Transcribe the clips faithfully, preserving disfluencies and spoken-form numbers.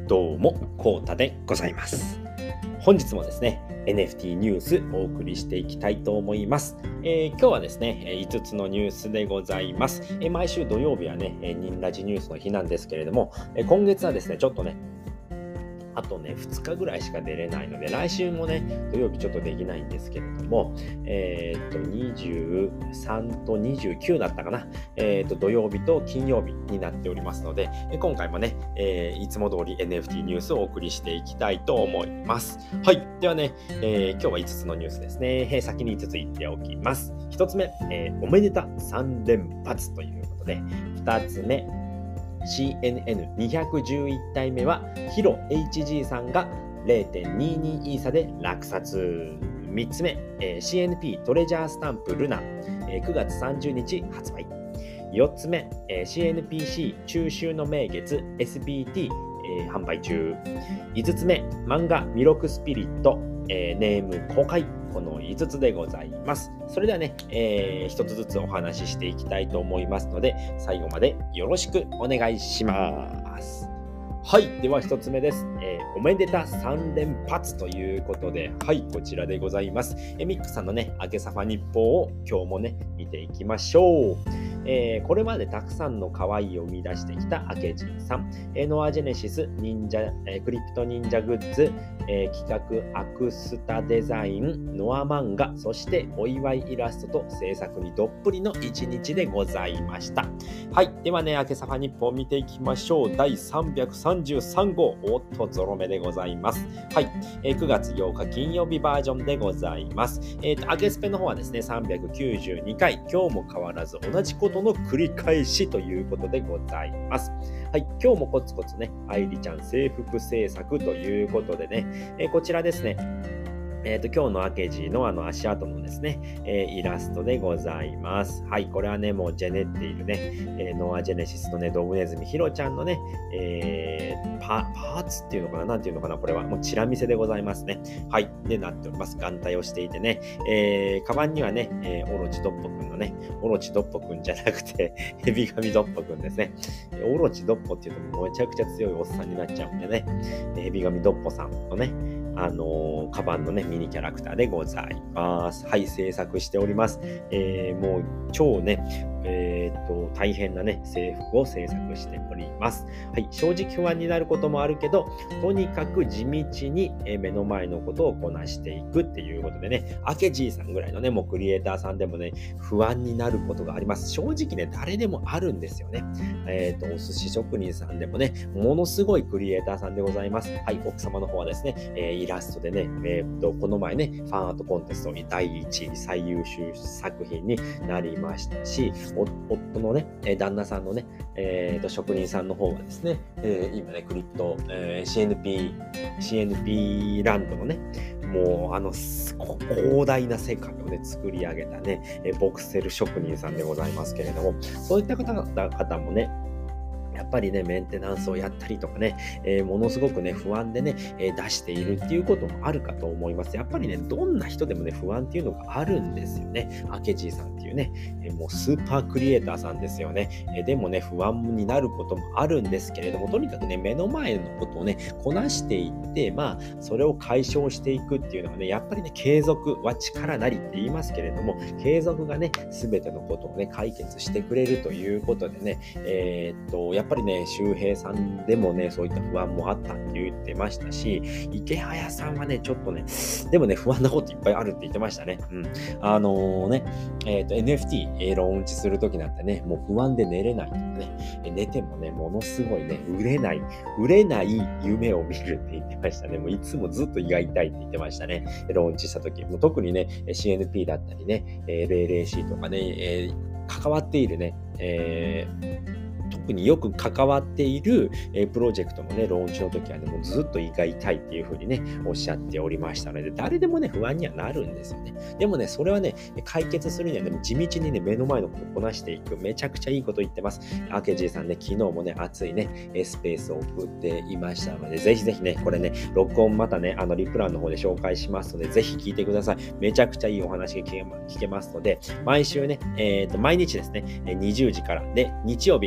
どうも、こうたでございます。本日もですね、エヌエフティー ニュースお送りしていきたいと思います。えー、今日はですね、いつつのニュースでございます。えー、毎週土曜日はね、ニンラジニュースの日なんですけれども、えー、今月はですね、ちょっとね、あとね、ふつかぐらいしか出れないので、来週もね、土曜日ちょっとできないんですけれども、えー、っと、にじゅうさんとにじゅうきゅうだったかな、えー、っと、土曜日と金曜日になっておりますので、今回もね、えー、いつも通り エヌエフティー ニュースをお送りしていきたいと思います。はい。ではね、えー、今日はいつつのニュースですね。えー、先にいつつ言っておきます。ひとつめ、えー、おめでたさん連発ということで、ふたつめ、シーエヌエヌにひゃくじゅういち 体目はヒロ エイチジー さんが ゼロてんにじゅうに イーサで落札。みっつめ、えー、シーエヌピー トレジャースタンプルナ、えー、くがつさんじゅうにち発売。よっつめ、えー、シーエヌピーシー 中秋の名月 エスビーティー、えー、販売中。いつつめ、漫画ミロクスピリット、えー、ネーム公開。このいつつでございます。それではね、えー、ひとつずつお話ししていきたいと思いますので、最後までよろしくお願いします。はい。ではひとつめです。えー、おめでたさん連発ということで、はい、こちらでございます。えー、ミックさんのね、明けさファ日報を今日もね、見ていきましょう。えー、これまでたくさんの可愛いを生み出してきた明治さん、えー、ノアジェネシス忍者、えー、クリプト忍者グッズ、えー、企画アクスタデザイン、ノア漫画、そしてお祝いイラストと制作にどっぷりの一日でございました。はい。ではね、明けさファ日報を見ていきましょう。だいさんびゃくさんじゅうさん号、おっとゾロ目でございます。はい。えー、くがつようか金曜日バージョンでございます。えっと、明けスペの方はですね、さんびゃくきゅうじゅうにかい、今日も変わらず同じことの繰り返しということでございます。はい。今日もコツコツね、愛理ちゃん制服制作ということでね、えー、こちらですね、えっと、今日の明治のあの足跡のですね、えー、イラストでございます。はい、これはね、もうジェネっているね、えー、ノアジェネシスのね、ドブネズミヒロちゃんのね、えー、パ, パーツっていうのかな、なんていうのかな、これはもうチラ見せでございますね。はい、でなっております。眼帯をしていてね、えー、カバンにはね、えー、オロチドッポくんのね、オロチドッポくんじゃなくて、ヘビガミドッポくんですね。オロチドッポっていうともうめちゃくちゃ強いおっさんになっちゃうんでね、ヘビガミドッポさんのね、あのー、カバンのね、ミニキャラクターでございます。はい、制作しております。えー、もう超ね、えー、っと、大変なね、制服を制作しております。はい、正直不安になることもあるけど、とにかく地道に目の前のことをこなしていくっていうことでね、明治さんぐらいのね、もうクリエイターさんでもね、不安になることがあります。正直ね、誰でもあるんですよね。えー、っと、お寿司職人さんでもね、ものすごいクリエイターさんでございます。はい、奥様の方はですね、えーイラストでね、えー、っと、この前ね、ファンアートコンテストにだいいちい最優秀作品になりましたし、夫のね、旦那さんのね、えー、っと、職人さんの方はですね、えー、今ね、クリプト、えー、シーエヌピー、シーエヌピー ランドのね、もうあの広大な世界をね、作り上げたね、ボクセル職人さんでございますけれども、そういった方々もね、やっぱりね、メンテナンスをやったりとかね、えー、ものすごくね、不安でね、えー、出しているっていうこともあるかと思います。やっぱりね、どんな人でもね、不安っていうのがあるんですよね。明治さんっていうね、えー、もうスーパークリエイターさんですよね。えー、でもね、不安になることもあるんですけれども、とにかくね、目の前のことをね、こなしていって、まあ、それを解消していくっていうのはね、やっぱりね、継続は力なりって言いますけれども、継続がね、すべてのことをね、解決してくれるということでね、えー、っと、やっぱりね、周平さんでもね、そういった不安もあったって言ってましたし、池早さんはね、ちょっとね、でもね、不安なこといっぱいあるって言ってましたね。うん。あのー、ね、えっと、エヌエフティー ローンチするときなんてね、もう不安で寝れないとかね、寝てもね、ものすごいね、売れない、売れない夢を見るって言ってましたね。もういつもずっと胃が痛いって言ってましたね。ローンチしたとき。もう特にね、シーエヌピー だったりね、ゼロゼロシー とかね、えー、関わっているね、えー特によく関わっている、えー、プロジェクトのね、ローンチの時はね、もうずっと胃が痛いっていう風にね、おっしゃっておりましたので、誰でもね、不安にはなるんですよね。でもね、それはね、解決するにはね、地道にね、目の前のことをこなしていく、めちゃくちゃいいこと言ってます。明治さんね、昨日もね、熱いね、スペースを送っていましたので、ぜひぜひね、これね、録音またね、あの、リプランの方で紹介しますので、ぜひ聞いてください。めちゃくちゃいいお話が聞けますので、毎週ね、えっと、毎日ですね、にじゅうじからで、日曜日、明日は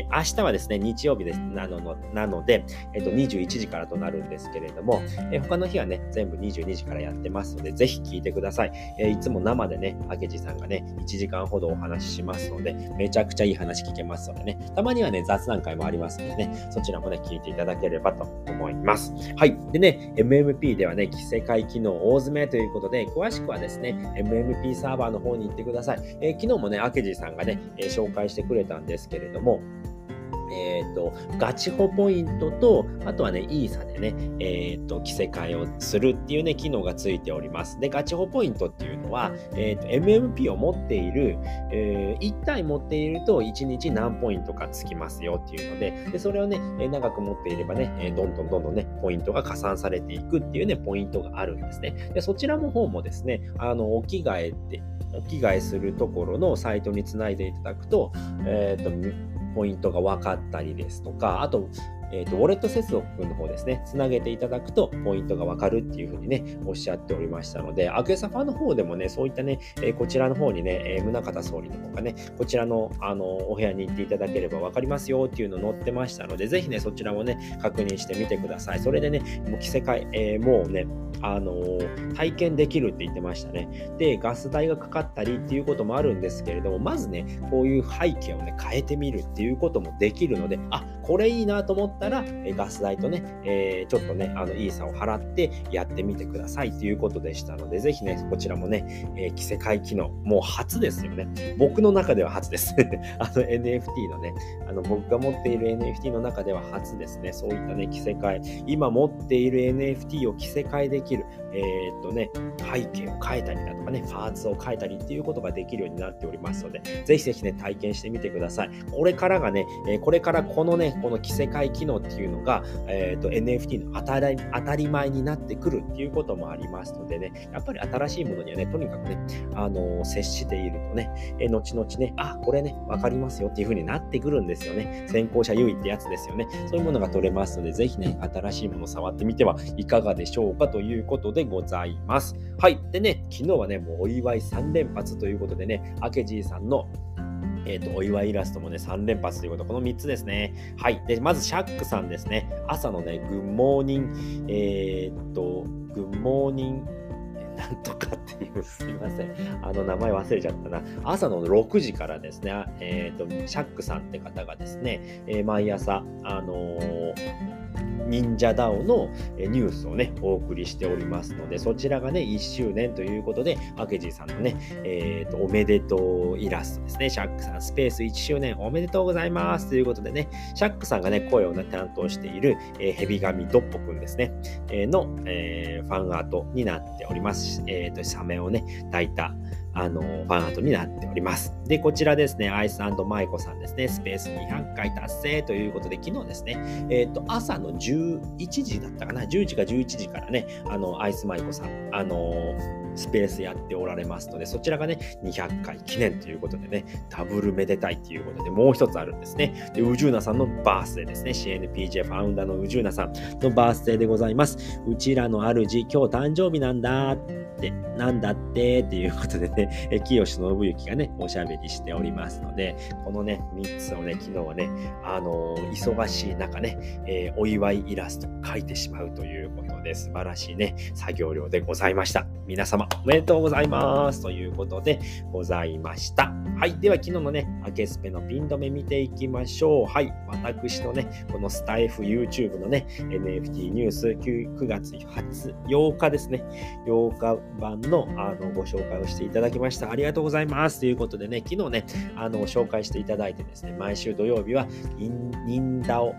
はですね、日曜日ですなののなので、えっと、にじゅういちじからとなるんですけれども、えー、他の日はね、全部にじゅうにじからやってますので、ぜひ聞いてください。えー、いつも生でね、明治さんがね、いちじかんほどお話ししますので、めちゃくちゃいい話聞けますのでね、たまにはね、雑談会もありますのでね、そちらもね、聞いていただければと思います。はい。でね、エムエムピー ではね、着せ替え機能大詰めということで、詳しくはですね、エムエムピー サーバーの方に行ってください。えー、昨日もね、明治さんがね、えー、紹介してくれたんですけれども、えっと、ガチホポイントと、あとはね、イーサでね、えっと、着せ替えをするっていうね、機能がついております。で、ガチホポイントっていうのは、えっと、エムエムピー を持っている、えー、いち体持っているといちにち何ポイントかつきますよっていうので、で、それをね、長く持っていればね、どんどんどんどんね、ポイントが加算されていくっていうね、ポイントがあるんですね。で、そちらの方もですね、あの、お着替えって、お着替えするところのサイトにつないでいただくと、えっと、ポイントが分かったりですとか、あと、えっと、ウォレット接続の方ですね、つなげていただくと、ポイントが分かるっていうふうにね、おっしゃっておりましたので、アクエサファの方でもね、そういったね、えー、こちらの方にね、えー、宗像総理の方がね、こちらの、あの、お部屋に行っていただければ分かりますよっていうの載ってましたので、ぜひね、そちらもね、確認してみてください。それでね、もう着せ替え、えー、もうね、あのー、体験できるって言ってましたね。で、ガス代がかかったりっていうこともあるんですけれども、まずね、こういう背景をね、変えてみるっていうこともできるので、あ、これいいなと思ったら、えガス代とね、えー、ちょっとね、あの、イーサを払ってやってみてくださいということでしたので、ぜひね、こちらもね、えー、着せ替え機能、もう初ですよね。僕の中では初です。あの エヌエフティー のね、あの、僕が持っている エヌエフティー の中では初ですね。そういったね、着せ替え、今持っている エヌエフティー を着せ替えできる、えー、っとね、背景を変えたりだとかね、パーツを変えたりっていうことができるようになっておりますので、ぜひぜひね、体験してみてください。これからがね、えー、これからこのね、この着せ替え機能っていうのが、えー、と エヌエフティー の当たり、当たり前になってくるっていうこともありますのでね、やっぱり新しいものにはね、とにかくね、あのー、接しているとね、えー、後々ね、あ、これね、わかりますよっていう風になってくるんですよね。先行者優位ってやつですよね。そういうものが取れますので、ぜひね、新しいものを触ってみてはいかがでしょうかということでございます。はい。でね、昨日はね、もうお祝いさん連発ということでね、明治さんのえっと、お祝いイラストもね、さん連発ということ、このみっつですね。はい。で、まず、シャックさんですね。朝のね、グッモーニング、えー、っと、グッモーニング、なんとかっていう、すいません。あの、名前忘れちゃったな。朝のろくじからですね、えー、っと、シャックさんって方がですね、えー、毎朝、あのー、忍者ダオのニュースをね、お送りしておりますので、そちらがね、いっしゅうねんということで、明治さんのね、えっと、おめでとうイラストですね。シャックさん、スペースいっしゅうねんおめでとうございますということでね、シャックさんがね、声をね、担当している、えー、ヘビガミドッポくんですね、えー、の、えー、ファンアートになっております。えっと、サメをね、抱いた、あの、ファンアートになっております。で、こちらですね、アイス&マイコさんですね、スペースにひゃっかい達成ということで、昨日ですね、えっと、朝のじゅういちじだったかな、じゅうじかじゅういちじからね、あの、アイスマイコさん、あの、スペースやっておられますので、そちらがね、にひゃっかい記念ということでね、ダブルめでたいということで、もう一つあるんですね。で、ウジューナさんのバースデーですね。シーエヌピージェー ファウンダーのウジューナさんのバースデーでございます。うちらの主、今日誕生日なんだって、なんだってっていうことでね、え清志信之がね、おしゃべりしておりますので、このね、みっつをね、昨日はね、あのー、忙しい中ね、えー、お祝いイラストを描いてしまうということで、素晴らしいね、作業量でございました。皆様、おめでとうございますということでございました。はい。では、昨日のね、アケスペのピン止め見ていきましょう。はい。私のね、このスタイフ YouTube のね、エヌエフティー ニュースくがつようかですね、ようか版のあのご紹介をしていただきました。ありがとうございますということでね、昨日ね、あの紹介していただいてですね、毎週土曜日はニン、ニンダオ、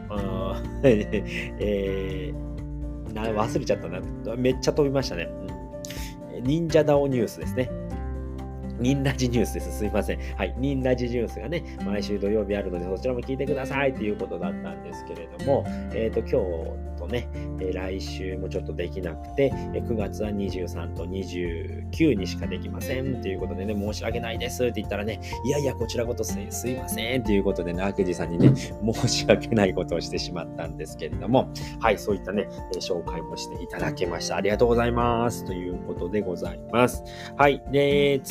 えー、な忘れちゃったな。めっちゃ飛びましたね。うん、忍者ダオニュースですね。ニンラジニュースです。すいません。はい。ニンラジニュースがね、毎週土曜日あるので、そちらも聞いてくださいということだったんですけれども、えっと、今日とね、えー、来週もちょっとできなくて、えー、くがつはにじゅうさんとにじゅうきゅうにしかできませんということでね、申し訳ないですって言ったらね、いやいや、こちらこそすい、すいませんということでね、明治さんにね、申し訳ないことをしてしまったんですけれども、はい、そういったね、えー、紹介もしていただきました。ありがとうございますということでございます。はい。で、次は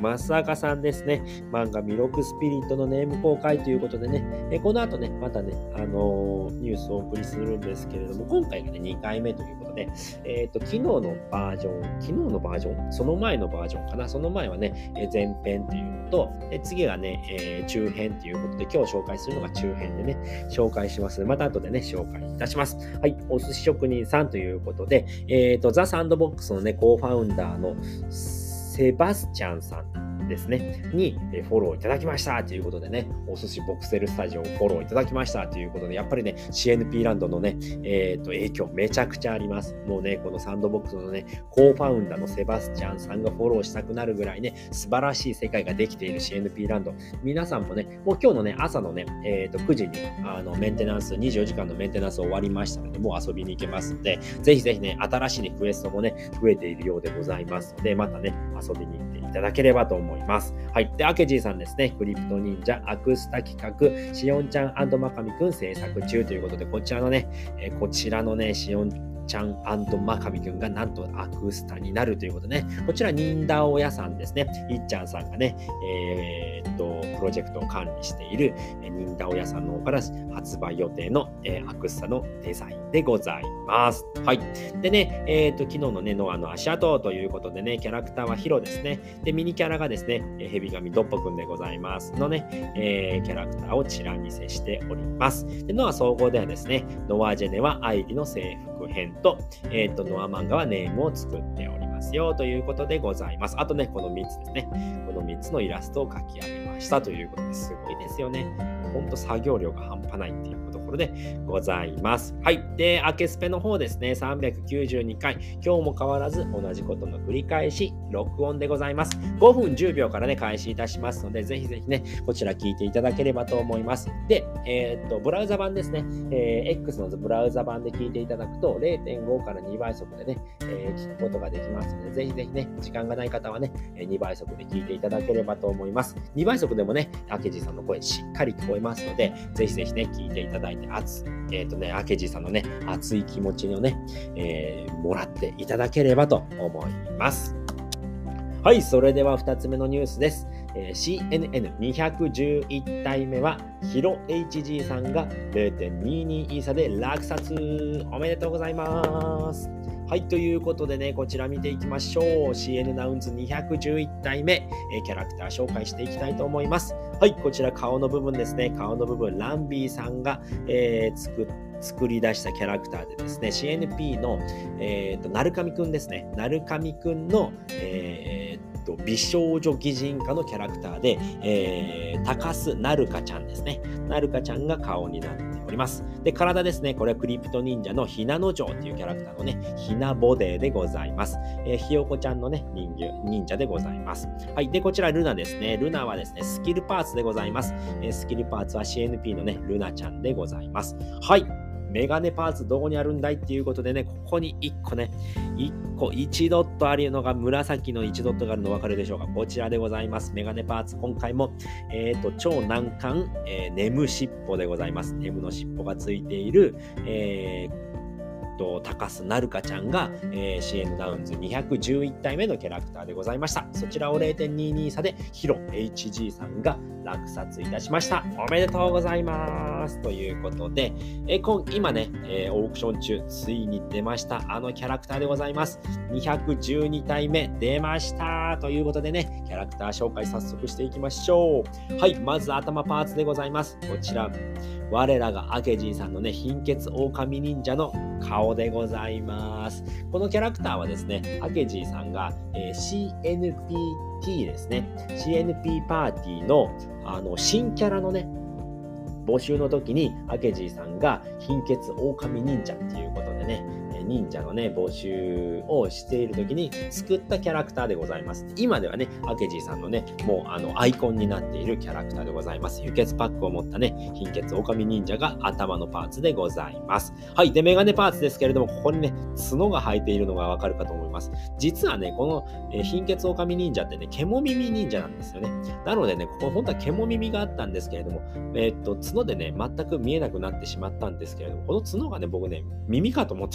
松坂さんですね。漫画ミロクスピリットのネーム公開ということでね、えこの後ね、またね、あのーニュースをお送りするんですけれども、今回がね、にかいめということで、えっと、昨日のバージョン、昨日のバージョン、その前のバージョンかな、その前はね、え前編っていうのと、で次がね、えー中編ということで、今日紹介するのが中編でね、紹介しますので、また後でね、紹介いたします。はい、お寿司職人さんということで、えっと、ザ・サンドボックスのね、コーファウンダーのセバスチャンさんですね、にフォローいただきましたということでね、お寿司ボクセルスタジオをフォローいただきましたということで、やっぱりね、シーエヌピー ランドのね、えー、と影響めちゃくちゃあります。もうね、このサンドボックスのね、コーファウンダーのセバスチャンさんがフォローしたくなるぐらいね、素晴らしい世界ができている シーエヌピー ランド。皆さんもね、もう今日のね、朝のね、えー、とくじにあのメンテナンス、にじゅうよじかんのメンテナンス終わりましたので、もう遊びに行けますので、ぜひぜひね、新しい、ね、クエストもね、増えているようでございますので、またね、遊びに行っていただければと思います。はい。で、アケジーさんですね、クリプト忍者アクスタ企画、しおんちゃん&マカミくん制作中ということで、こちらのね、えー、こちらのね、しおんちゃん&マカミくんがなんとアクスタになるということでね、こちら忍ダオ屋さんですね、いっちゃんさんがね、えー、っと、プロジェクトを管理している忍ダオ屋さんの方から発売予定の、えー、アクスタのデザインでございます。はい。でね、えー、っと、昨日のね、ノアの足跡ということでね、キャラクターはヒロですね。で、ミニキャラがですね、ヘビガミドッポくんでございますのね、えー、キャラクターをチラ見せしております。で、ノア総合ではですね、ノアジェネはアイリの制服編と、えっと、ノア漫画はネームを作っておりますよということでございます。あとね、このみっつですね。このみっつのイラストを描き上げましたということですごいですよね。ほんと作業量が半端ないっていうところでございます。はい。で、アケスペの方ですね、さんびゃくきゅうじゅうにかい、今日も変わらず同じことの繰り返し、録音でございます。ごふんじゅうびょうからね、開始いたしますので、ぜひぜひね、こちら聞いていただければと思います。で、えー、っと、ブラウザ版ですね、えー、X のブラウザ版で聞いていただくと、れいてんご からにばい速でね、えー、聞くことができますので、ぜひぜひね、時間がない方はね、にばい速で聞いていただければと思います。にばい速でもね、アケジさんの声しっかり聞こえますので、ぜひぜひね、聞いていただいて、熱い、えっとね、アケジさんのね、熱い気持ちをね、えー、もらっていただければと思います。はい、それではふたつめのニュースです。えー、シーエヌエヌにひゃくじゅういちたいめはヒロ エイチジー さんが れいてんにに イーサで落札。おめでとうございます。はい、ということでね、こちら見ていきましょう。シーエヌ ナウンズにひゃくじゅういちたいめ、えー、キャラクター紹介していきたいと思います。はい、こちら顔の部分ですね。顔の部分、ランビーさんが、えー、作って作り出したキャラクターでですね、シーエヌピー の、えーと、なるかみくんですね。なるかみくんの、えーと、美少女擬人化のキャラクターで、えー、高須なるかちゃんですね。なるかちゃんが顔になっております。で、体ですね。これはクリプト忍者のひなの城っていうキャラクターのね、ひなボデーでございます。えー、ひよこちゃんのね、人魚、忍者でございます。はい。で、こちらルナですね。ルナはですね、スキルパーツでございます。えー、スキルパーツは シーエヌピー のね、ルナちゃんでございます。はい。メガネパーツどこにあるんだいっていうことでね、ここにいっこね、いっこいちドットあるのが紫のいちドットがあるの分かるでしょうか。こちらでございます。メガネパーツ、今回も、えっと、超難関、えー、ネム尻尾でございます。ネムの尻尾がついている、えー高須なるかちゃんが、えー、シーエヌ ナウンズにひゃくじゅういちたいめのキャラクターでございました。そちらを れいてんにに 差でヒロ エイチジー さんが落札いたしました。おめでとうございます。ということで、えー、今今ね、えー、オークション中ついに出ましたあのキャラクターでございます。にひゃくじゅうにたいめ出ましたということでね、キャラクター紹介早速していきましょう。はい、まず頭パーツでございます。こちら我らがアケジーさんのね、貧血狼忍者の顔でございます。このキャラクターはですね、アケジーさんが、えー、シーエヌピーティー ですね、シーエヌピー パーティーの、あの新キャラのね、募集の時にアケジーさんが貧血狼忍者っていうことでね、忍者のね、募集をしている時に作ったキャラクターでございます。今ではね、アケジーさんのね、もうあのアイコンになっているキャラクターでございます。輸血パックを持ったね、貧血狼忍者が頭のパーツでございます。はい。で、メガネパーツですけれども、ここにね、角が生えているのがわかるかと思います。実はね、この、えー、貧血狼忍者ってね、獣耳忍者なんですよね。なのでね、ここ本当は獣耳があったんですけれども、えー、っと、角でね、全く見えなくなってしまったんですけれども、この角がね、僕ね、耳かと思ってたんですけど、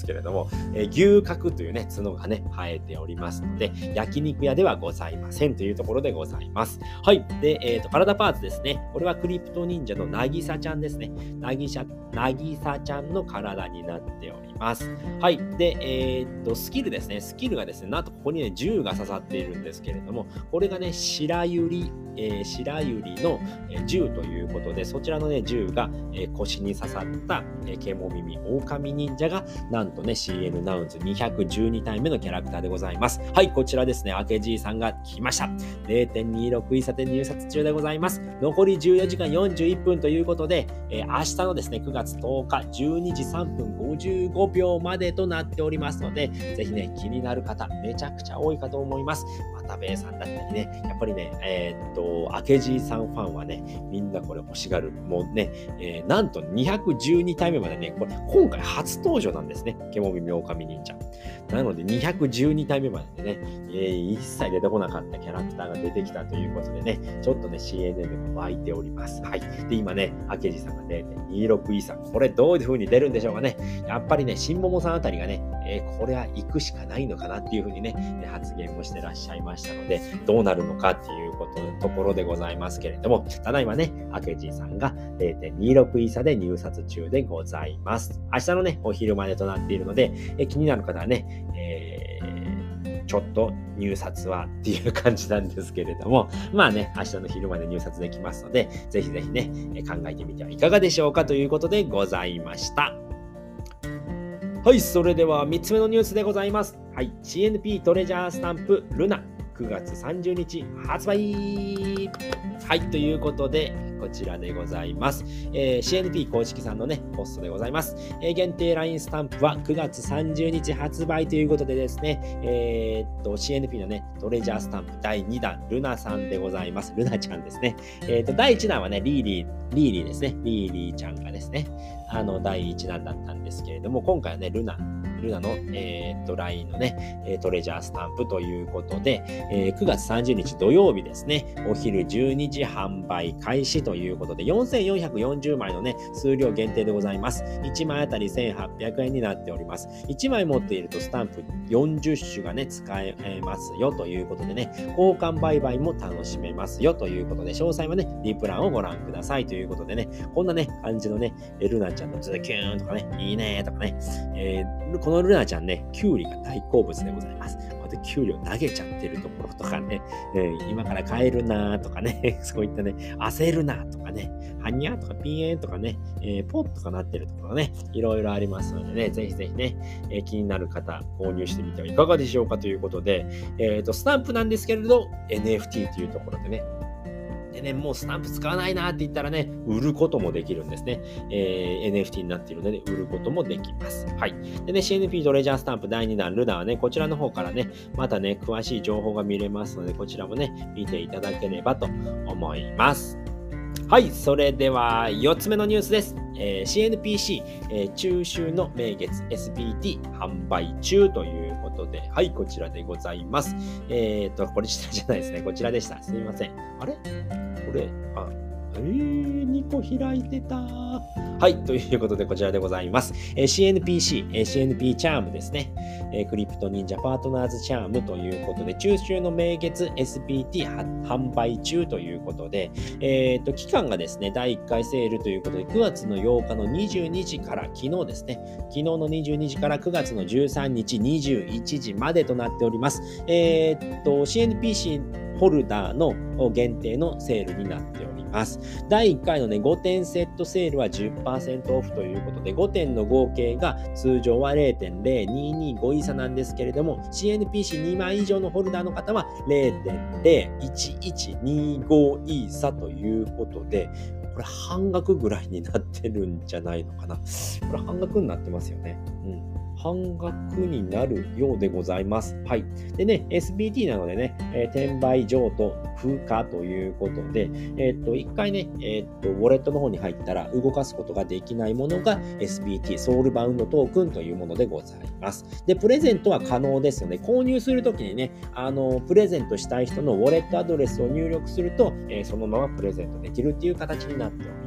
けれども、えー、牛角というね、角がね、生えておりますので、焼肉屋ではございませんというところでございます。はい。で、えっと、体パーツですね。これはクリプト忍者のなぎさちゃんですね。なぎさ、なぎさちゃんの体になっております。はい。で、えー、っと、スキルですね。スキルがですね、なんとここにね、銃が刺さっているんですけれども、これがね、白百合、えー、白百合の、えー、銃ということで、そちらのね、銃が、えー、腰に刺さった、えー、ケモ耳狼忍者が、なんとね、シーエヌ ナウンズにひゃくじゅうに体目のキャラクターでございます。はい、こちらですね、明治さんが来ました。れいてんにじゅうろく イーサで入札中でございます。残りじゅうよじかんよんじゅういっぷんということで、えー、明日のですね、くがつとおか、じゅうにじさんぷんごじゅうごびょうまでとなっておりますので、ぜひね、気になる方、めちゃくちゃ多いかと思います。渡部さんだったりね、やっぱりね、えー、っと、明治さんファンはね、みんなこれ欲しがる。もうね、えー、なんとにひゃくじゅうに体目までね、これ今回初登場なんですね。ケモ耳狼忍者。なのでにひゃくじゅうに体目まででね、えー、一切出てこなかったキャラクターが出てきたということでね、ちょっとね、シーエヌエヌ が湧いております。はい。で、今ね、明治さんが れいてんにじゅうろく イーサ。これどういう風に出るんでしょうかね。やっぱりね、新桃さんあたりがね、えー、これは行くしかないのかなっていう風にね、発言もしてらっしゃいましたので、どうなるのかっていうことところでございますけれども、ただいまね、明治さんが れいてんにじゅうろく イーサで入札中でございます。明日のね、お昼までとなっているので、え気になる方はね、えー、ちょっと入札はっていう感じなんですけれども、まあね、明日の昼まで入札できますので、ぜひぜひね、考えてみてはいかがでしょうかということでございました。はい、それではみっつめのニュースでございます。はい、シーエヌピー トレジャースタンプルナくがつさんじゅうにち発売。はい、ということで、こちらでございます。えー、シーエヌピー 公式さんのね、ポストでございます。えー、限定 ライン スタンプはくがつさんじゅうにち発売ということでですね、えー、っと、シーエヌピー のね、トレジャースタンプだいにだん、ルナさんでございます。ルナちゃんですね。えー、っと、だいいちだんはね、リーリー、リーリーですね。リーリーちゃんがですね、あの、だいいちだんだったんですけれども、今回はね、ルナ、ルナの、えー、っと、ライン のね、トレジャースタンプということで、えー、くがつさんじゅうにち土曜日ですね、お昼じゅうにじ販売開始ということで、よんせんよんひゃくよんじゅうまいのね、数量限定でございます。いちまいあたりせんはっぴゃくえんになっております。いちまい持っているとスタンプよんじゅっしゅがね、使えますよということでね、交換売買も楽しめますよということで、詳細はね、リプランをご覧くださいということでね、こんなね、感じのね、ルナちゃんのズキューンとかね、いいねとかね、えー、このルナちゃんね、キュウリが大好物でございます。こうやってキュウリを投げちゃってるところとかね、えー、今から帰るなーとかね、そういったね、焦るなとかね、はにゃーとかピーエンとかね、えー、ポッとかなってるところね、いろいろありますのでね、ぜひぜひね、えー、気になる方、購入してみてはいかがでしょうかということで、えっと、スタンプなんですけれど、エヌエフティー というところでね、でね、もうスタンプ使わないなって言ったらね、売ることもできるんですね。えー、エヌエフティー になっているので、売ることもできます。はい。でね、シーエヌピー トレジャースタンプだいにだんルナはね、こちらの方からね、またね、詳しい情報が見れますので、こちらもね、見ていただければと思います。はい、それではよっつめのニュースです。えー、シーエヌピーシー、えー、中秋の名月 エスピーティー 販売中ということで、はい、こちらでございます。えっと、これ下じゃないですね。こちらでした。すみません。あれこれ、あ、えー、にこ開いてた。はい、ということでこちらでございます。えー、シーエヌピーシー、えー、シーエヌピー チャームですね。えー、クリプト忍者パートナーズチャームということで、中秋の名月 エスピーティー 販売中ということで、えっと、期間がですね、だいいっかいセールということで、くがつのようかのにじゅうにじから、昨日ですね、昨日のにじゅうにじからくがつのじゅうさんにちにじゅういちじまでとなっております。えっと、シーエヌピーシー ホルダーの限定のセールになっております。だいいっかいのね、ごてんセットセールは じゅっパーセント オフということで、ごてんの合計が通常は れいてんぜろににご イーサなんですけれども、シーエヌピーシーに 枚以上のホルダーの方は れいてんぜろいちいちにご イーサということで、これ半額ぐらいになってるんじゃないのかな。これ半額になってますよね。うん。半額になるようでございます。はい。でね、エスピーティー なのでね、えー、転売譲渡不可ということで、えー、っと、一回ね、えー、っと、ウォレットの方に入ったら動かすことができないものが エスピーティー、ソウルバウンドトークンというものでございます。で、プレゼントは可能ですので、購入するときにね、あの、プレゼントしたい人のウォレットアドレスを入力すると、えー、そのままプレゼントできるっていう形になっております。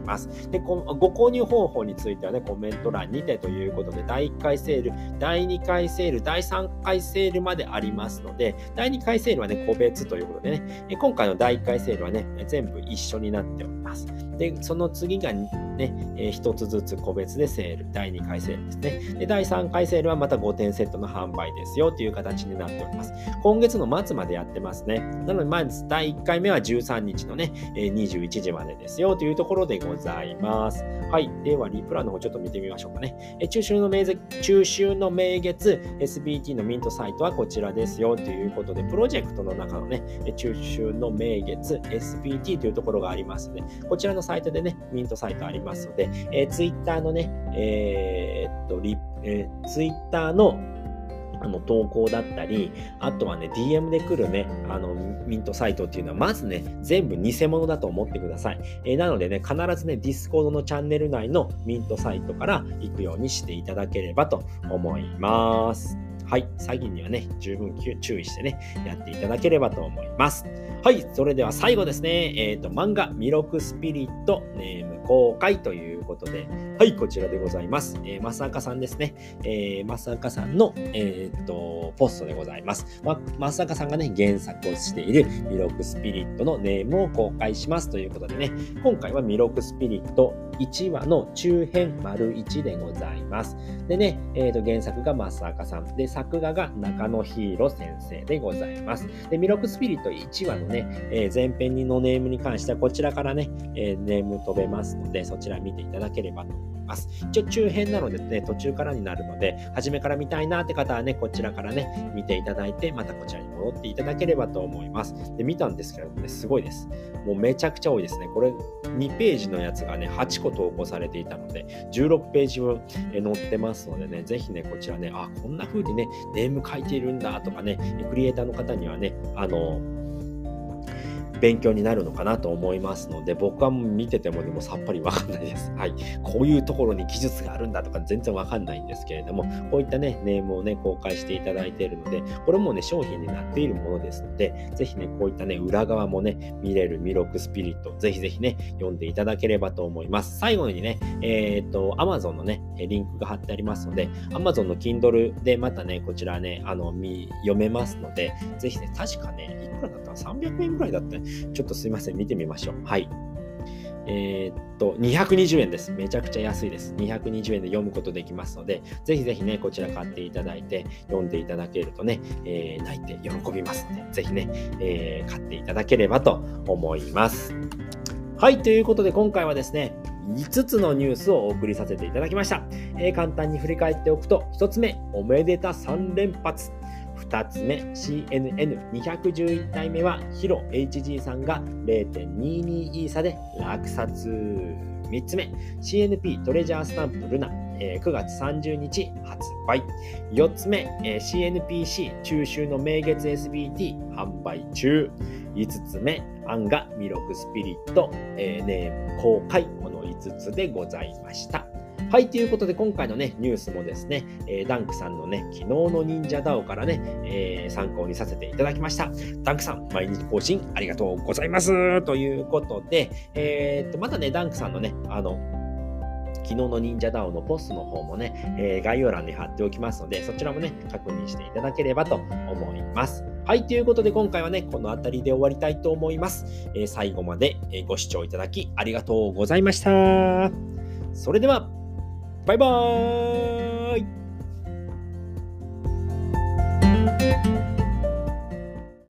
ます。で、ご購入方法についてはね、コメント欄にてということで、だいいっかいセール、だいにかいセール、だいさんかいセールまでありますので、だいにかいセールはね、個別ということでね、今回のだいいっかいセールはね、全部一緒になっております。で、その次がね、えー、ひとつずつ個別でセール、だいにかいセールですね。で、だいさんかいセールはまたごてんセットの販売ですよという形になっております。今月の末までやってますね。なので、まずだいいっかいめはじゅうさんにちのね、にじゅういちじまでですよというところでございます。はい。では、リプランの方ちょっと見てみましょうかね。え中秋の名月、中秋の名月 エスビーティー のミントサイトはこちらですよということで、プロジェクトの中のね、中秋の名月 エスビーティー というところがありますので、こちらのサイトでね、ミントサイトありますので、えー、ツイッターのね、えー、っと、リえー、ツイッターのあの投稿だったり、あとはね、ディーエム で来るね、あの、ミントサイトっていうのは、まずね、全部偽物だと思ってください。えー、なのでね、必ずね、Discord のチャンネル内のミントサイトから行くようにしていただければと思います。はい。詐欺にはね、十分注意してね、やっていただければと思います。はい。それでは最後ですね、えっと、漫画、弥勒スピリット、ネーム公開ということで、はい、こちらでございます。えー、まさかさんですね。えー、まさかさんの、えー、っと、ポストでございます。ま、まさかさんがね、原作をしている弥勒スピリットのネームを公開しますということでね、今回は弥勒スピリットいちわの中編丸いちでございます。でね、えー、と原作が正赤さんで、作画が中野ヒーロ先生でございます。で、弥勒スピリットいちわのね、えー、前編のネームに関してはこちらからね、えー、ネーム飛べますので、そちら見ていただければと思います。一応中編なのでね、途中からになるので、初めから見たいなって方はね、こちらからね、見ていただいて、またこちらに戻っていただければと思います。で、見たんですけれどもね、すごいです。もうめちゃくちゃ多いですね。これ、にページのやつがね、はちこ投稿されていたので、じゅうろくページ分載ってますのでね、ぜひね、こちらね、あ、こんな風にね、ネーム書いているんだとかね、クリエイターの方にはね、あの、勉強になるのかなと思いますので、僕は見ててもでもさっぱりわかんないです。はい。こういうところに技術があるんだとか全然わかんないんですけれども、こういったね、ネームをね、公開していただいているので、これもね、商品になっているものですので、ぜひね、こういったね、裏側もね、見れる弥勒スピリット、ぜひぜひね、読んでいただければと思います。最後にね、えっと、Amazon のね、リンクが貼ってありますので、Amazon の Kindle でまたね、こちらね、あの、見、読めますので、ぜひね、確かね、いくらだったらさんびゃくえんぐらいだったね。ちょっとすいません、見てみましょう。はい。えー、っと、にひゃくにじゅうえんです。めちゃくちゃ安いです。にひゃくにじゅうえんで読むことできますので、ぜひぜひね、こちら買っていただいて、読んでいただけるとね、えー、泣いて喜びますので、ぜひね、えー、買っていただければと思います。はい、ということで今回はですね、いつつのニュースをお送りさせていただきました。えー、簡単に振り返っておくと、ひとつめ、おめでたさん連発。ふたつめ シーエヌエヌにひゃくじゅういち 体目はヒロ エイチジー さんが ゼロてんにーにー イーサで落札。みっつめ シーエヌピー トレジャースタンプルナ、えー、くがつさんじゅうにち発売。よっつめ、えー、シーエヌピーシー 中秋の名月 エスビーティー 販売中。いつつめ漫画弥勒スピリット、えー、ネーム公開。このいつつでございました。はい、ということで今回のね、ニュースもですね、えー、ダンクさんのね、昨日の忍者ダオからね、えー、参考にさせていただきました。ダンクさん、毎日更新ありがとうございます。ということで、えー、っと、またね、ダンクさんのね、あの、昨日の忍者ダオのポストの方もね、えー、概要欄に貼っておきますので、そちらもね、確認していただければと思います。はい、ということで今回はね、この辺りで終わりたいと思います。えー、最後までご視聴いただきありがとうございました。それでは、バイバーイ。